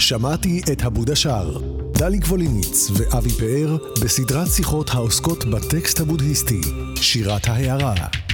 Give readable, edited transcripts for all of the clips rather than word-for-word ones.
שמעתי את הבודה שר. דליק ווליניץ ואבי פאר בסדרת שיחות העוסקות בטקסט הבודהיסטי, שירת ההערה.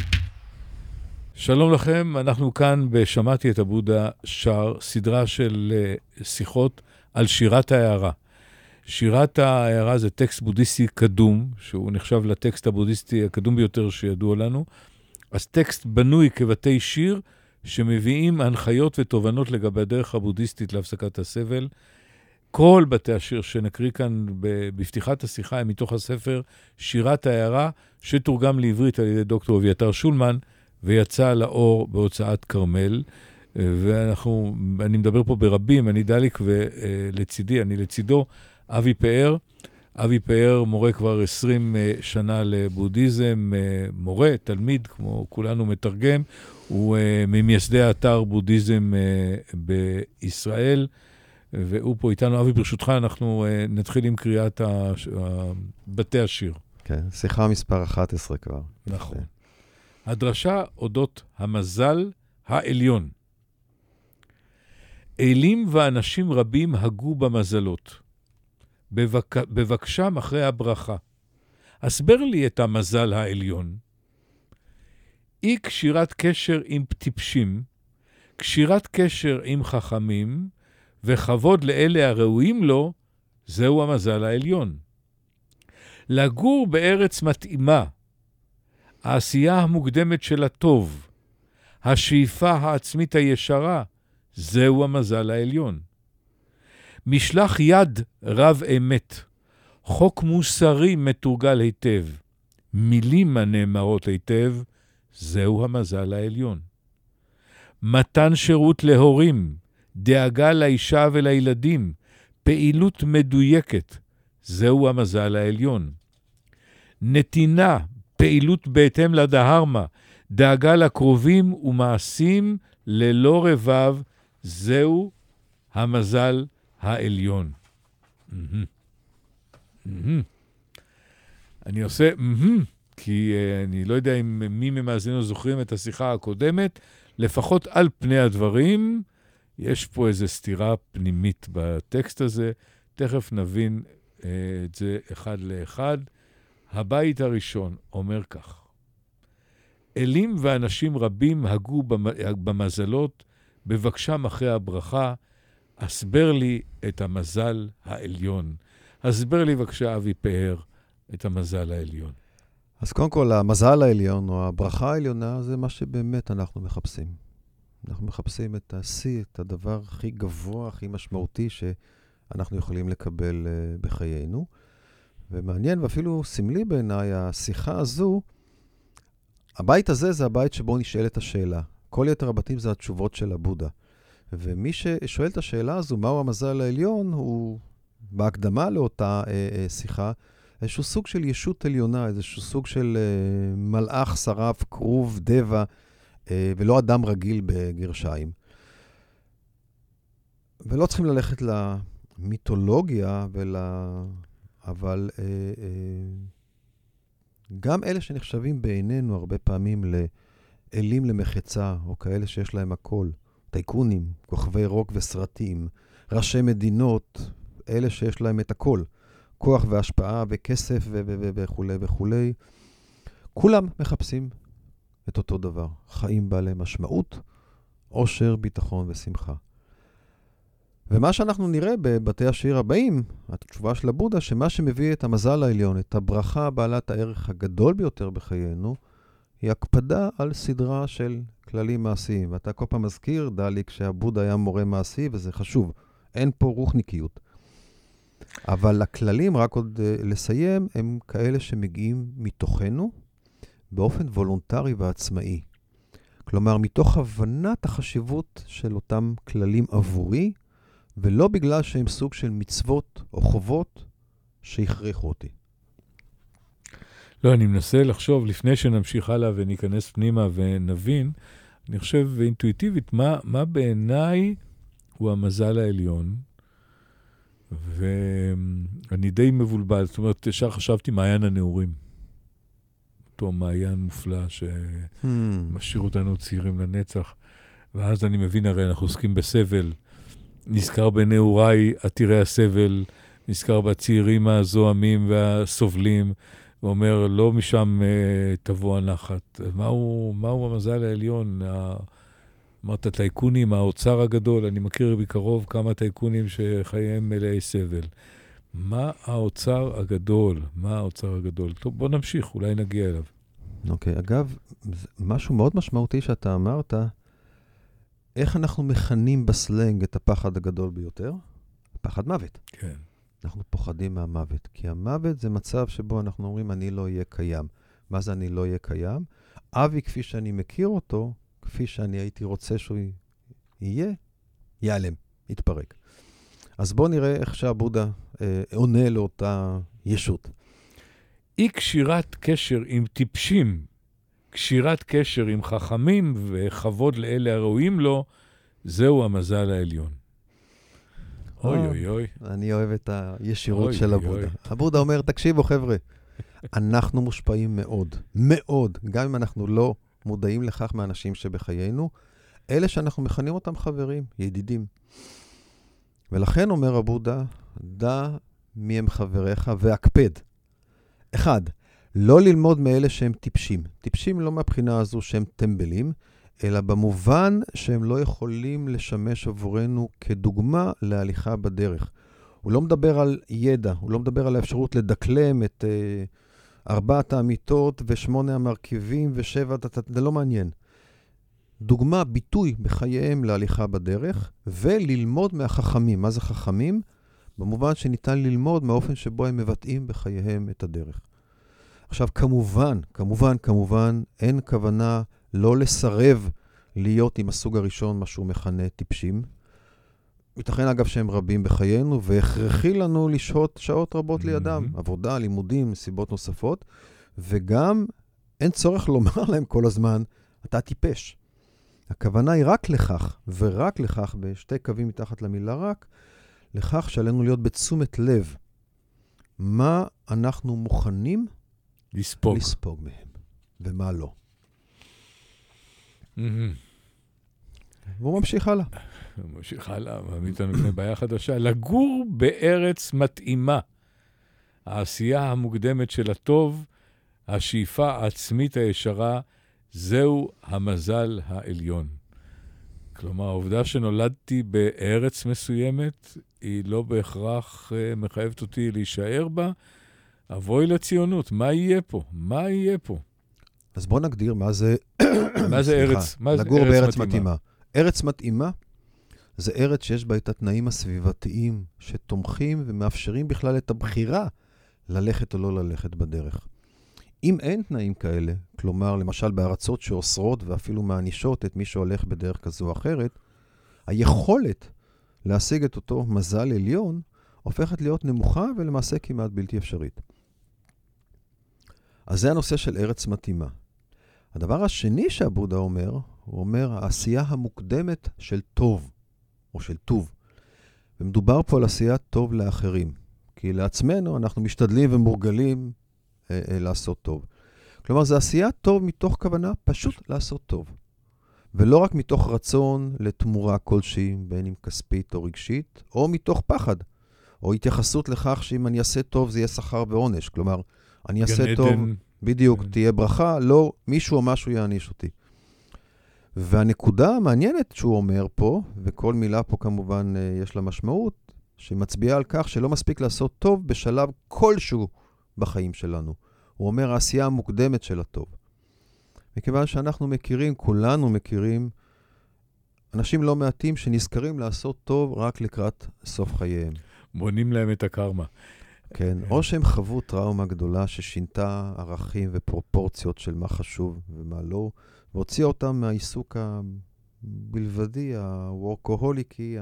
שלום לכם, אנחנו כאן בשמעתי את הבודה שר, סדרה של שיחות על שירת ההערה. שירת ההערה זה טקסט בודהיסטי קדום, שהוא נחשב לטקסט הבודהיסטי הקדום ביותר שידוע לנו. אז טקסט בנוי כבתי שיר שמביאים הנחיות ותובנות לגבי הדרך הבודהיסטית להפסקת הסבל. כל בתי השיר שנקריא כאן בפתיחת השיחה הם מתוך הספר שירת ההערה, שתורגם לעברית על ידי דוקטור אביתר שולמן, ויצא לאור בהוצאת כרמל. ואני מדבר פה ברבים, אני דליק אני לצידו אבי פאר. אבי פאר מורה כבר 20 שנה לבודהיזם, מורה, תלמיד, כמו כולנו מתרגם. הוא ממייסדי האתר בודהיזם בישראל, והוא פה איתנו. אבי, ברשותך, אנחנו נתחיל עם קריאת בתי השיר. כן, שיחה מספר 11 כבר. נכון. הדרשה אודות המזל העליון. אלים ואנשים רבים הגו במזלות. בבקשם אחרי הברכה. הסבר לי את המזל העליון. אי קשירת קשר עם טיפשים, קשירת קשר עם חכמים, וכבוד לאלה הראויים לו, זהו המזל העליון. לגור בארץ מתאימה, העשייה המוקדמת של הטוב, השאיפה העצמית הישרה, זהו המזל העליון. משלח יד רב אמת, חוק מוסרי מתורגל היטב, מילים הנאמרות היטב, זהו המזל העליון. מתן שירות להורים, דאגה לאישה ולילדים, פעילות מדויקת, זהו המזל העליון. נתינה, פעילות בהתאם לדהרמה, דאגה לקרובים ומעשים ללא רבב, זהו המזל העליון. אני עושה כי אני לא יודע אם מי ממאזינו זוכרים את השיחה הקודמת, לפחות על פני הדברים, יש פה איזו סתירה פנימית בטקסט הזה, תכף נבין את זה אחד לאחד. הבית הראשון אומר כך: אלים ואנשים רבים הגו במזלות, בבקשם אחרי הברכה, הסבר לי את המזל העליון. הסבר לי בבקשה אבי פאר את המזל העליון. אז קודם כל, המזל העליון או הברכה העליונה זה מה שבאמת אנחנו מחפשים. אנחנו מחפשים את השיא, את הדבר הכי גבוה, הכי משמעותי שאנחנו יכולים לקבל בחיינו. ומעניין ואפילו סמלי בעיניי, השיחה הזו, הבית הזה זה הבית שבו נשאלת השאלה. כל יתר הבתים זה התשובות של הבודה. ומי ששואל את השאלה הזו, מהו המזל העליון, הוא בהקדמה לאותה שיחה, איזשהו סוג של ישות עליונה, איזשהו סוג של מלאך, שרף, כרוב, דבע, ולא אדם רגיל בגרשיים. ולא צריכים ללכת למיתולוגיה, אבל גם אלה שנחשבים בעינינו הרבה פעמים לאלים למחצה, או כאלה שיש להם הכל, טייקונים, כוכבי רוק וסרטים, ראשי מדינות, אלה שיש להם את הכל, כוח והשפעה וכסף וכו' וכו'. כולם מחפשים את אותו דבר, חיים בעלי משמעות, עושר, ביטחון ושמחה. ומה שאנחנו נראה בבתי השיר הבאים, התשובה של הבודה, שמה שמביא את המזל העליון, את הברכה בעלת הערך הגדול ביותר בחיינו, היא הקפדה על סדרה של כללים מעשיים. ואתה כל פעם מזכיר, דליק, שהבודה היה מורה מעשי, וזה חשוב. אין פה רוחניקיות. אבל הכללים, רק עוד לסיים, הם כאלה שמגיעים מתוכנו, באופן וולונטרי ועצמאי. כלומר, מתוך הבנת החשיבות של אותם כללים עבורי, ולא בגלל שהם סוג של מצוות או חובות שהכריחו אותי. לא, אני מנסה לחשוב, לפני שנמשיך הלאה וניכנס פנימה ונבין, אני חושב אינטואיטיבית, מה בעיניי הוא המזל העליון, ואני די מבולבל, זאת אומרת, ישר חשבתי מעיין הנעורים. אותו מעיין מופלא שמשאיר אותנו צעירים לנצח, ואז אני מבין, הרי אנחנו עוסקים בסבל, נזכר בנעוריי עתירי הסבל, נזכר בצעירים הזוהמים והסובלים, ואומר, לא משם תבוא הנחת. מהו המזל העליון? אמרת, טייקונים, האוצר הגדול, אני מכיר בקרוב כמה טייקונים שחייהם מלאי סבל. מה האוצר הגדול? מה האוצר הגדול? טוב, בוא נמשיך, אולי נגיע אליו. אוקיי, אגב, משהו מאוד משמעותי שאתה אמרת, איך אנחנו מכנים בסלנג את הפחד הגדול ביותר? פחד מוות. כן. אנחנו פוחדים מהמוות, כי המוות זה מצב שבו אנחנו אומרים, אני לא אהיה קיים. מה זה אני לא אהיה קיים? אבי, כפי שאני מכיר אותו, כפי שאני הייתי רוצה שהוא יהיה, ייעלם, יתפרק. אז בואו נראה איך שהבודה עונה לאותה ישות. אי קשירת קשר עם טיפשים, קשירת קשר עם חכמים וכבוד לאלה הראויים לו, זהו המזל העליון. אוי אוי אוי. אני אוהב את הישירות של הבודה. הבודה אומר, תקשיבו חבר'ה, אנחנו מושפעים מאוד, מאוד, גם אם אנחנו לא מודעים לכך מהאנשים שבחיינו, אלה שאנחנו מכנים אותם חברים, ידידים. ולכן אומר הבודה, דע מי הם חבריך והקפד. אחד, לא ללמוד מאלה שהם טיפשים. טיפשים לא מהבחינה הזו שהם טמבלים, אלא במובן שהם לא יכולים לשמש עבורנו כדוגמה להליכה בדרך. הוא לא מדבר על ידע, הוא לא מדבר על האפשרות לדקלם את 4 האמיתות ו8 המרכיבים ו7, זה לא מעניין. דוגמה, ביטוי בחייהם להליכה בדרך, וללמוד מהחכמים. מה זה חכמים? במובן שניתן ללמוד מהאופן שבו הם מבטאים בחייהם את הדרך. עכשיו, כמובן, אין כוונה לא לסרב להיות עם הסוג הראשון, מה שהוא מכנה טיפשים. ייתכן אגב שהם רבים בחיינו, והכרחי לנו לשהות שעות רבות לידם, עבודה, לימודים, סיבות נוספות, וגם אין צורך לומר להם כל הזמן, אתה טיפש. הכוונה היא רק לכך, ורק לכך, בשתי קווים מתחת למילה רק, לכך שעלינו להיות בתשומת לב. מה אנחנו מוכנים לספוג מהם, ומה לא. והוא ממשיך הלאה. הוא ממשיך הלאה, מעמיד אותנו בפני בעיה חדשה. לגור בארץ מתאימה. העשייה המוקדמת של הטוב, השאיפה העצמית הישרה, זהו המזל העליון. כלומר, העובדה שנולדתי בארץ מסוימת, היא לא בהכרח מחייבת אותי להישאר בה. אבוי לציונות, מה יהיה פה? מה יהיה פה? אז בוא נגדיר מה זה ארץ מתאימה. לגור בארץ מתאימה. ארץ מתאימה זה ארץ שיש בה את התנאים הסביבתיים שתומכים ומאפשרים בכלל את הבחירה ללכת או לא ללכת בדרך. אם אין תנאים כאלה, כלומר, למשל בארצות שאוסרות ואפילו מענישות את מי שהולך בדרך כזו או אחרת, היכולת להשיג את אותו מזל עליון הופכת להיות נמוכה ולמעשה כמעט בלתי אפשרית. אז זה הנושא של ארץ מתאימה. הדבר השני שהבודה אומר, הוא אומר, העשייה המוקדמת של טוב, או של טוב. ומדובר פה על עשיית טוב לאחרים. כי לעצמנו אנחנו משתדלים ומורגלים לעשות טוב. כלומר, זה עשיית טוב מתוך כוונה פשוט לעשות טוב. ולא רק מתוך רצון לתמורה כלשהי, בין אם כספית או רגשית, או מתוך פחד, או התייחסות לכך שאם אני אעשה טוב זה יהיה שכר ועונש. כלומר, אני אעשה טוב, בדיוק, תהיה ברכה, לא מישהו או משהו יעניש אותי. והנקודה המעניינת שהוא אומר פה, וכל מילה פה כמובן יש לה משמעות, שמצביעה על כך שלא מספיק לעשות טוב בשלב כלשהו בחיים שלנו. הוא אומר, העשייה המוקדמת של הטוב. מכיוון שאנחנו מכירים, כולנו מכירים, אנשים לא מעטים שנזכרים לעשות טוב רק לקראת סוף חייהם. בונים להם את הקרמה. כן, או שהם חוו טראומה גדולה ששינתה ערכים ופרופורציות של מה חשוב ומה לא, והוציאה אותם מהעיסוק הבלבדי, הוורקוהוליקי,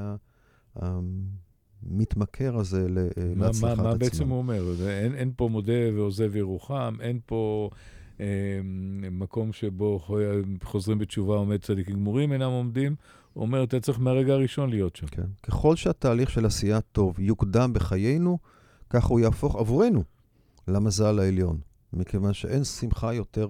המתמכר הזה להצלחת עצמם. מה בעצם הוא אומר? אין פה מודה ועוזב ירוחם, אין פה מקום שבו חוזרים בתשובה עומד צדיקים גמורים אינם עומדים, הוא אומר, אתה צריך מהרגע הראשון להיות שם. כן. ככל שהתהליך של עשיית טוב יוקדם בחיינו, ככה הוא יהפוך עבורנו למזל העליון, מכיוון שאין שמחה יותר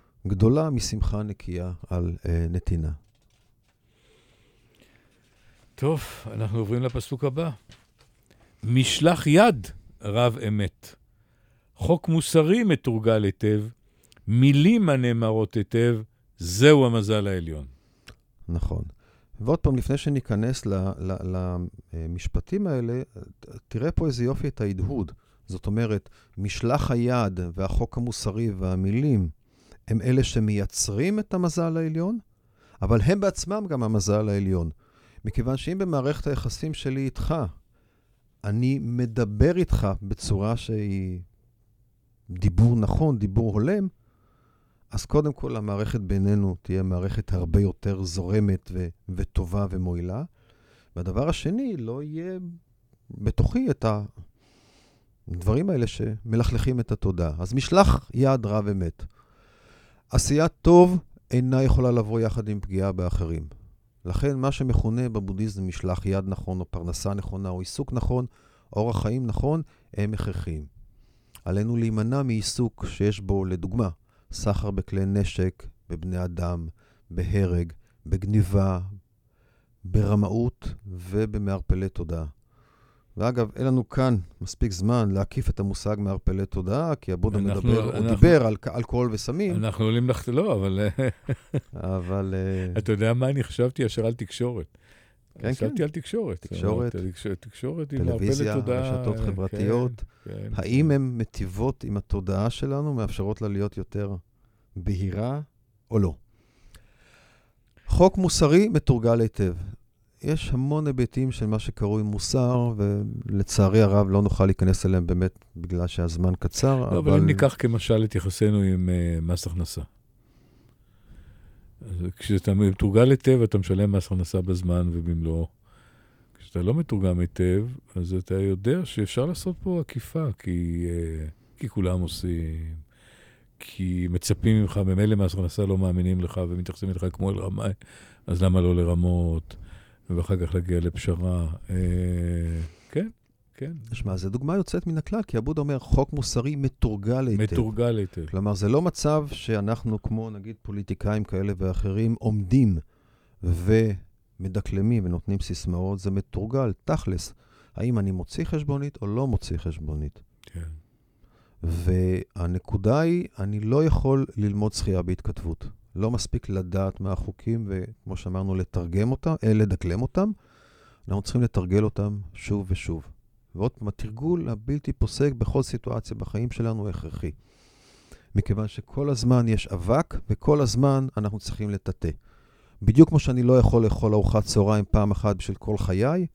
גדולה משמחה נקייה על נתינה. טוב, אנחנו עוברים לפסוק הבא. משלח יד רב אמת. חוק מוסרי מתורגל היטב, מילים הנאמרות היטב, זהו המזל העליון. נכון. ועוד פעם, לפני שניכנס למשפטים האלה, תראה פה איזה יופי את ההדהוד. זאת אומרת, משלח היד והחוק המוסרי והמילים הם אלה שמייצרים את המזל העליון, אבל הם בעצמם גם המזל העליון. מכיוון שאם במערכת היחסים שלי איתך, אני מדבר איתך בצורה שהיא דיבור נכון, דיבור הולם, אז קודם כל המערכת בינינו תהיה מערכת הרבה יותר זורמת וטובה ומועילה. והדבר השני, לא יהיה בתוכי את הדברים האלה שמלכלכים את התודעה. אז משלח יד רב אמת. עשיית טוב אינה יכולה לבוא יחד עם פגיעה באחרים. לכן מה שמכונה בבודהיזם משלח יד נכון, או פרנסה נכונה, או עיסוק נכון, אורח חיים נכון, הם הכרחיים. עלינו להימנע מעיסוק שיש בו, לדוגמה, סחר בכלי נשק, בבני אדם, בהרג, בגניבה, ברמאות ובמערפלי תודעה. ואגב, אין לנו כאן מספיק זמן להקיף את המושג מערפלי תודעה, כי הבודה דיבר על אלכוהול וסמים. אנחנו עולים לא, אבל... אתה יודע מה אני חשבתי ישר על תקשורת. חשבתי על תקשורת. תקשורת עם מערפלי תודעה. רשתות חברתיות. האם הן מטיבות עם התודעה שלנו, מאפשרות לה להיות יותר בהירה או לא? חוק מוסרי מתורגל היטב. יש המון היבטים של מה שקרוי מוסר, ולצערי הרב לא נוכל להיכנס אליהם באמת בגלל שהזמן קצר. לא, אבל אם ניקח כמשל את יחסנו עם מס הכנסה. כשאתה מתורגל היטב, אתה משלם מס הכנסה בזמן ובמלואו. כשאתה לא מתורגם היטב, אז אתה יודע שאפשר לעשות פה עקיפה, כי כולם עושים, כי מצפים ממך, ממילא מס הכנסה לא מאמינים לך ומתייחסים לך כמו אל רמאי, אז למה לא לרמות? ואחר כך להגיע לפשרה. כן, כן. תשמע, זו דוגמה יוצאת מן הכלל, כי הבודה אומר, חוק מוסרי מתורגל היטב. מתורגל היטב. כלומר, זה לא מצב שאנחנו, כמו נגיד פוליטיקאים כאלה ואחרים, עומדים ומדקלמים ונותנים סיסמאות, זה מתורגל, תכלס. האם אני מוציא חשבונית או לא מוציא חשבונית? כן. והנקודה היא, אני לא יכול ללמוד שחייה בהתכתבות. לא מספיק לדעת מה החוקים, וכמו שאמרנו, לתרגם אותם, לדקלם אותם. אנחנו צריכים לתרגל אותם שוב ושוב. ועוד פעם, התרגול הבלתי פוסק בכל סיטואציה בחיים שלנו הכרחי. מכיוון שכל הזמן יש אבק, וכל הזמן אנחנו צריכים לטאטא. בדיוק כמו שאני לא יכול לאכול ארוחת צהריים פעם אחת בשביל כל חיי,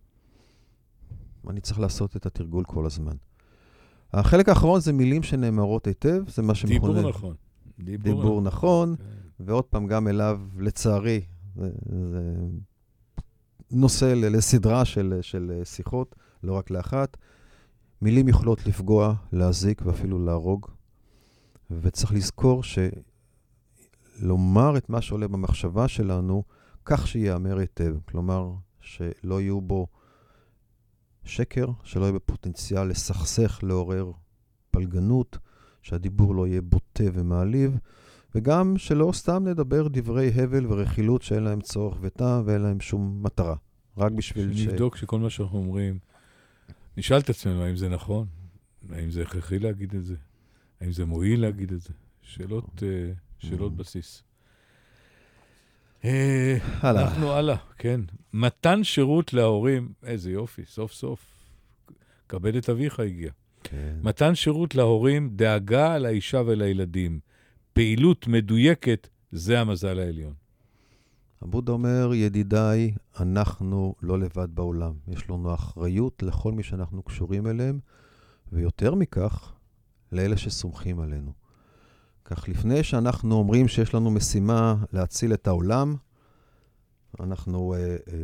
אני צריך לעשות את התרגול כל הזמן. החלק האחרון זה מילים שנאמרות היטב, זה מה שמכונה... דיבור נכון. דיבור נכון, ועוד פעם גם אליו, לצערי, זה נושא לסדרה של שיחות, לא רק לאחת. מילים יכולות לפגוע, להזיק ואפילו להרוג, וצריך לזכור שלומר את מה שעולה במחשבה שלנו, כך שיאמר היטב. כלומר, שלא יהיו בו שקר, שלא יהיה בפוטנציאל לסכסך, לעורר פלגנות, שהדיבור לא יהיה בוטה ומעליב, וגם שלא סתם נדבר דברי הבל ורכילות שאין להם צורך וטעם ואין להם שום מטרה. רק בשביל נבדוק שכל מה שאנחנו אומרים, נשאל את עצמנו האם זה נכון, האם זה הכרחי להגיד את זה, האם זה מועיל להגיד את זה. שאלות בסיס. אנחנו הלאה, כן. מתן שירות להורים, איזה יופי, סוף סוף. כבד את אביך הגיע. כן. מתן שירות להורים, דאגה לאישה ולילדים, פעילות מדויקת, זה המזל העליון. הבודה אומר, ידידיי, אנחנו לא לבד בעולם. יש לנו אחריות לכל מי שאנחנו קשורים אליהם, ויותר מכך, לאלה שסומכים עלינו. כך לפני שאנחנו אומרים שיש לנו משימה להציל את העולם, אנחנו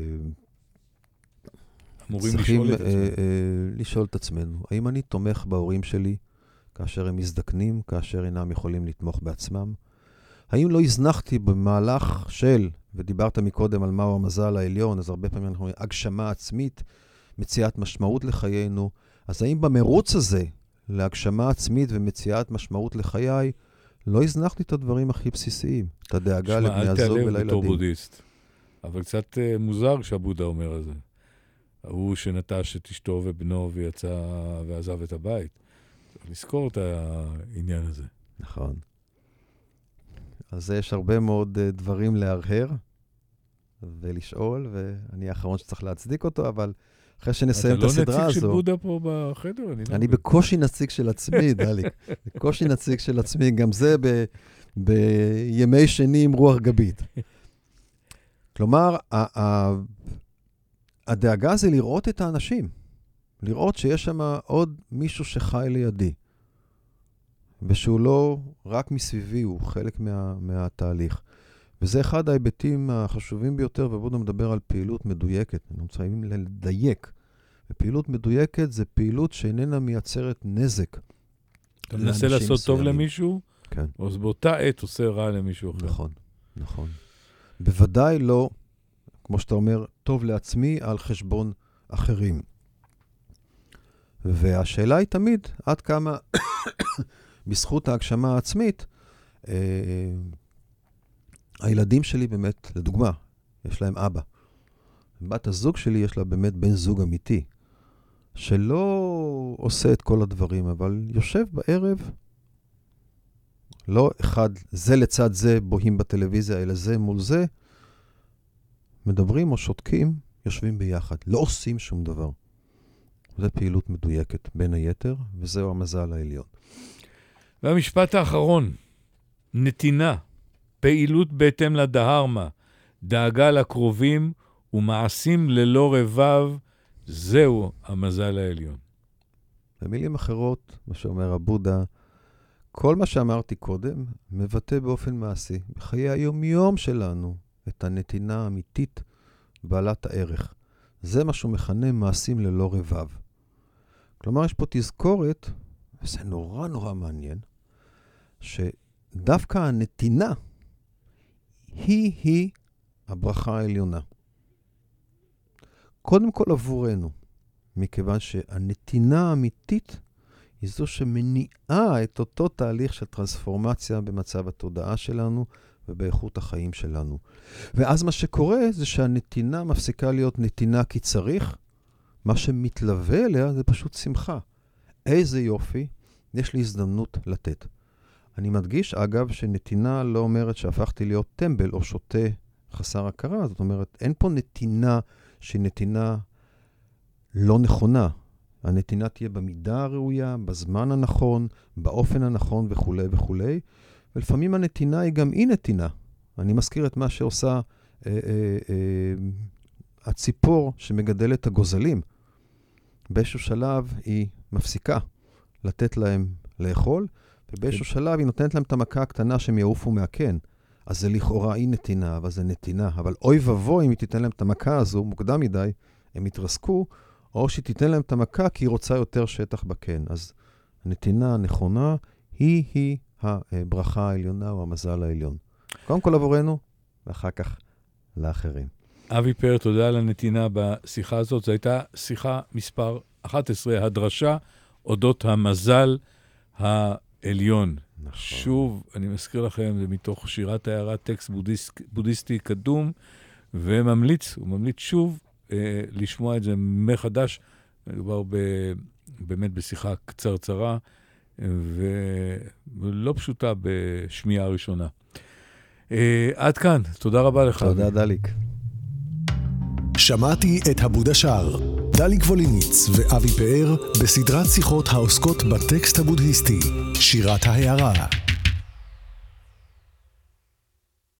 צריכים לשאול את עצמנו, האם אני תומך בהורים שלי כאשר הם מזדקנים, כאשר אינם יכולים לתמוך בעצמם? האם לא הזנחתי במהלך של, ודיברת מקודם על מהו המזל העליון, אז הרבה פעמים אנחנו אומרים, הגשמה עצמית, מציאת משמעות לחיינו, אז האם במרוץ הזה, להגשמה עצמית ומציאת משמעות לחיי, לא הזנחתי את הדברים הכי בסיסיים, את הדאגה לבני הזוג ולילדים. אל תעלב בתור בודהיסט, אבל קצת מוזר כשהבודה אומר על זה. הוא שנטש את אשתו ובנו ויצא ועזב את הבית. צריך לזכור את העניין הזה. נכון. אז יש הרבה מאוד דברים להרהר ולשאול, ואני האחרון שצריך להצדיק אותו, אבל אחרי שנסיים את הסדרה הזו... אתה לא נציג של בודה פה בחדר? אני בקושי נציג של עצמי, דליק. בקושי נציג של עצמי, גם זה בימי שני עם רוח גבית. כלומר, הדאגה זה לראות את האנשים. לראות שיש שם עוד מישהו שחי לידי. ושהוא לא רק מסביבי, הוא חלק מהתהליך. וזה אחד ההיבטים החשובים ביותר, ובודה מדבר על פעילות מדויקת. אנחנו צריכים לדייק. ופעילות מדויקת זה פעילות שאיננה מייצרת נזק. אתה מנסה לעשות טוב למישהו, כן. או באותה עת עושה רע למישהו אחר. נכון, נכון. בוודאי לא, כמו שאתה אומר, טוב לעצמי על חשבון אחרים. והשאלה היא תמיד, עד כמה בזכות ההגשמה העצמית, הילדים שלי באמת, לדוגמה, יש להם אבא. בת הזוג שלי יש לה באמת בן זוג אמיתי, שלא עושה את כל הדברים, אבל יושב בערב, לא אחד, זה לצד זה, בוהים בטלוויזיה, אלא זה מול זה, מדברים או שותקים, יושבים ביחד, לא עושים שום דבר. זו פעילות מדויקת בין היתר, וזהו המזל העליון. והמשפט האחרון, נתינה, פעילות בהתאם לדהרמה, דאגה לקרובים ומעשים ללא רבב, זהו המזל העליון. במילים אחרות, מה שאומר הבודה, כל מה שאמרתי קודם מבטא באופן מעשי, בחיי היום-יום שלנו, את הנתינה האמיתית בעלת הערך. זה מה שהוא מכנה מעשים ללא רבב. כלומר, יש פה תזכורת, וזה נורא נורא מעניין, שדווקא הנתינה היא הברכה העליונה. קודם כל עבורנו, מכיוון שהנתינה האמיתית היא זו שמניעה את אותו תהליך של טרנספורמציה במצב התודעה שלנו ובאיכות החיים שלנו. ואז מה שקורה זה שהנתינה מפסיקה להיות נתינה כי צריך, מה שמתלווה אליה זה פשוט שמחה. איזה יופי, יש לי הזדמנות לתת. אני מדגיש, אגב, שנתינה לא אומרת שהפכתי להיות טמבל או שוטה חסר הכרה. זאת אומרת, אין פה נתינה שהיא נתינה לא נכונה. הנתינה תהיה במידה הראויה, בזמן הנכון, באופן הנכון וכו' וכו'. ולפעמים הנתינה היא גם אי נתינה. אני מזכיר את מה שעושה הציפור שמגדלת הגוזלים. באיזשהו שלב היא מפסיקה לתת להם לאכול, ובאיזשהו שלב היא נותנת להם את המכה הקטנה שהם יעופו מהקן. אז זה לכאורה אי נתינה, אבל זה נתינה. אבל אוי ובוי אם היא תיתן להם את המכה הזו, מוקדם מדי, הם יתרסקו, או שהיא תיתן להם את המכה כי היא רוצה יותר שטח בקן. אז הנתינה הנכונה היא הברכה העליונה או המזל העליון. קודם כל עבורנו, ואחר כך לאחרים. אבי פאר, תודה על הנתינה בשיחה הזאת. זו הייתה שיחה מספר 11, הדרשה אודות המזל העליון. נכון. שוב, אני מזכיר לכם, זה מתוך שירת העיירה, טקסט בודהיסטי קדום, הוא ממליץ שוב לשמוע את זה מחדש. מדובר באמת בשיחה קצרצרה, ולא פשוטה בשמיעה הראשונה. עד כאן, תודה רבה לך. תודה דליק. שמעתי את הבודה שר, דליק ווליניץ ואבי פאר בסדרת שיחות העוסקות בטקסט הבודהיסטי, שירת העיירה.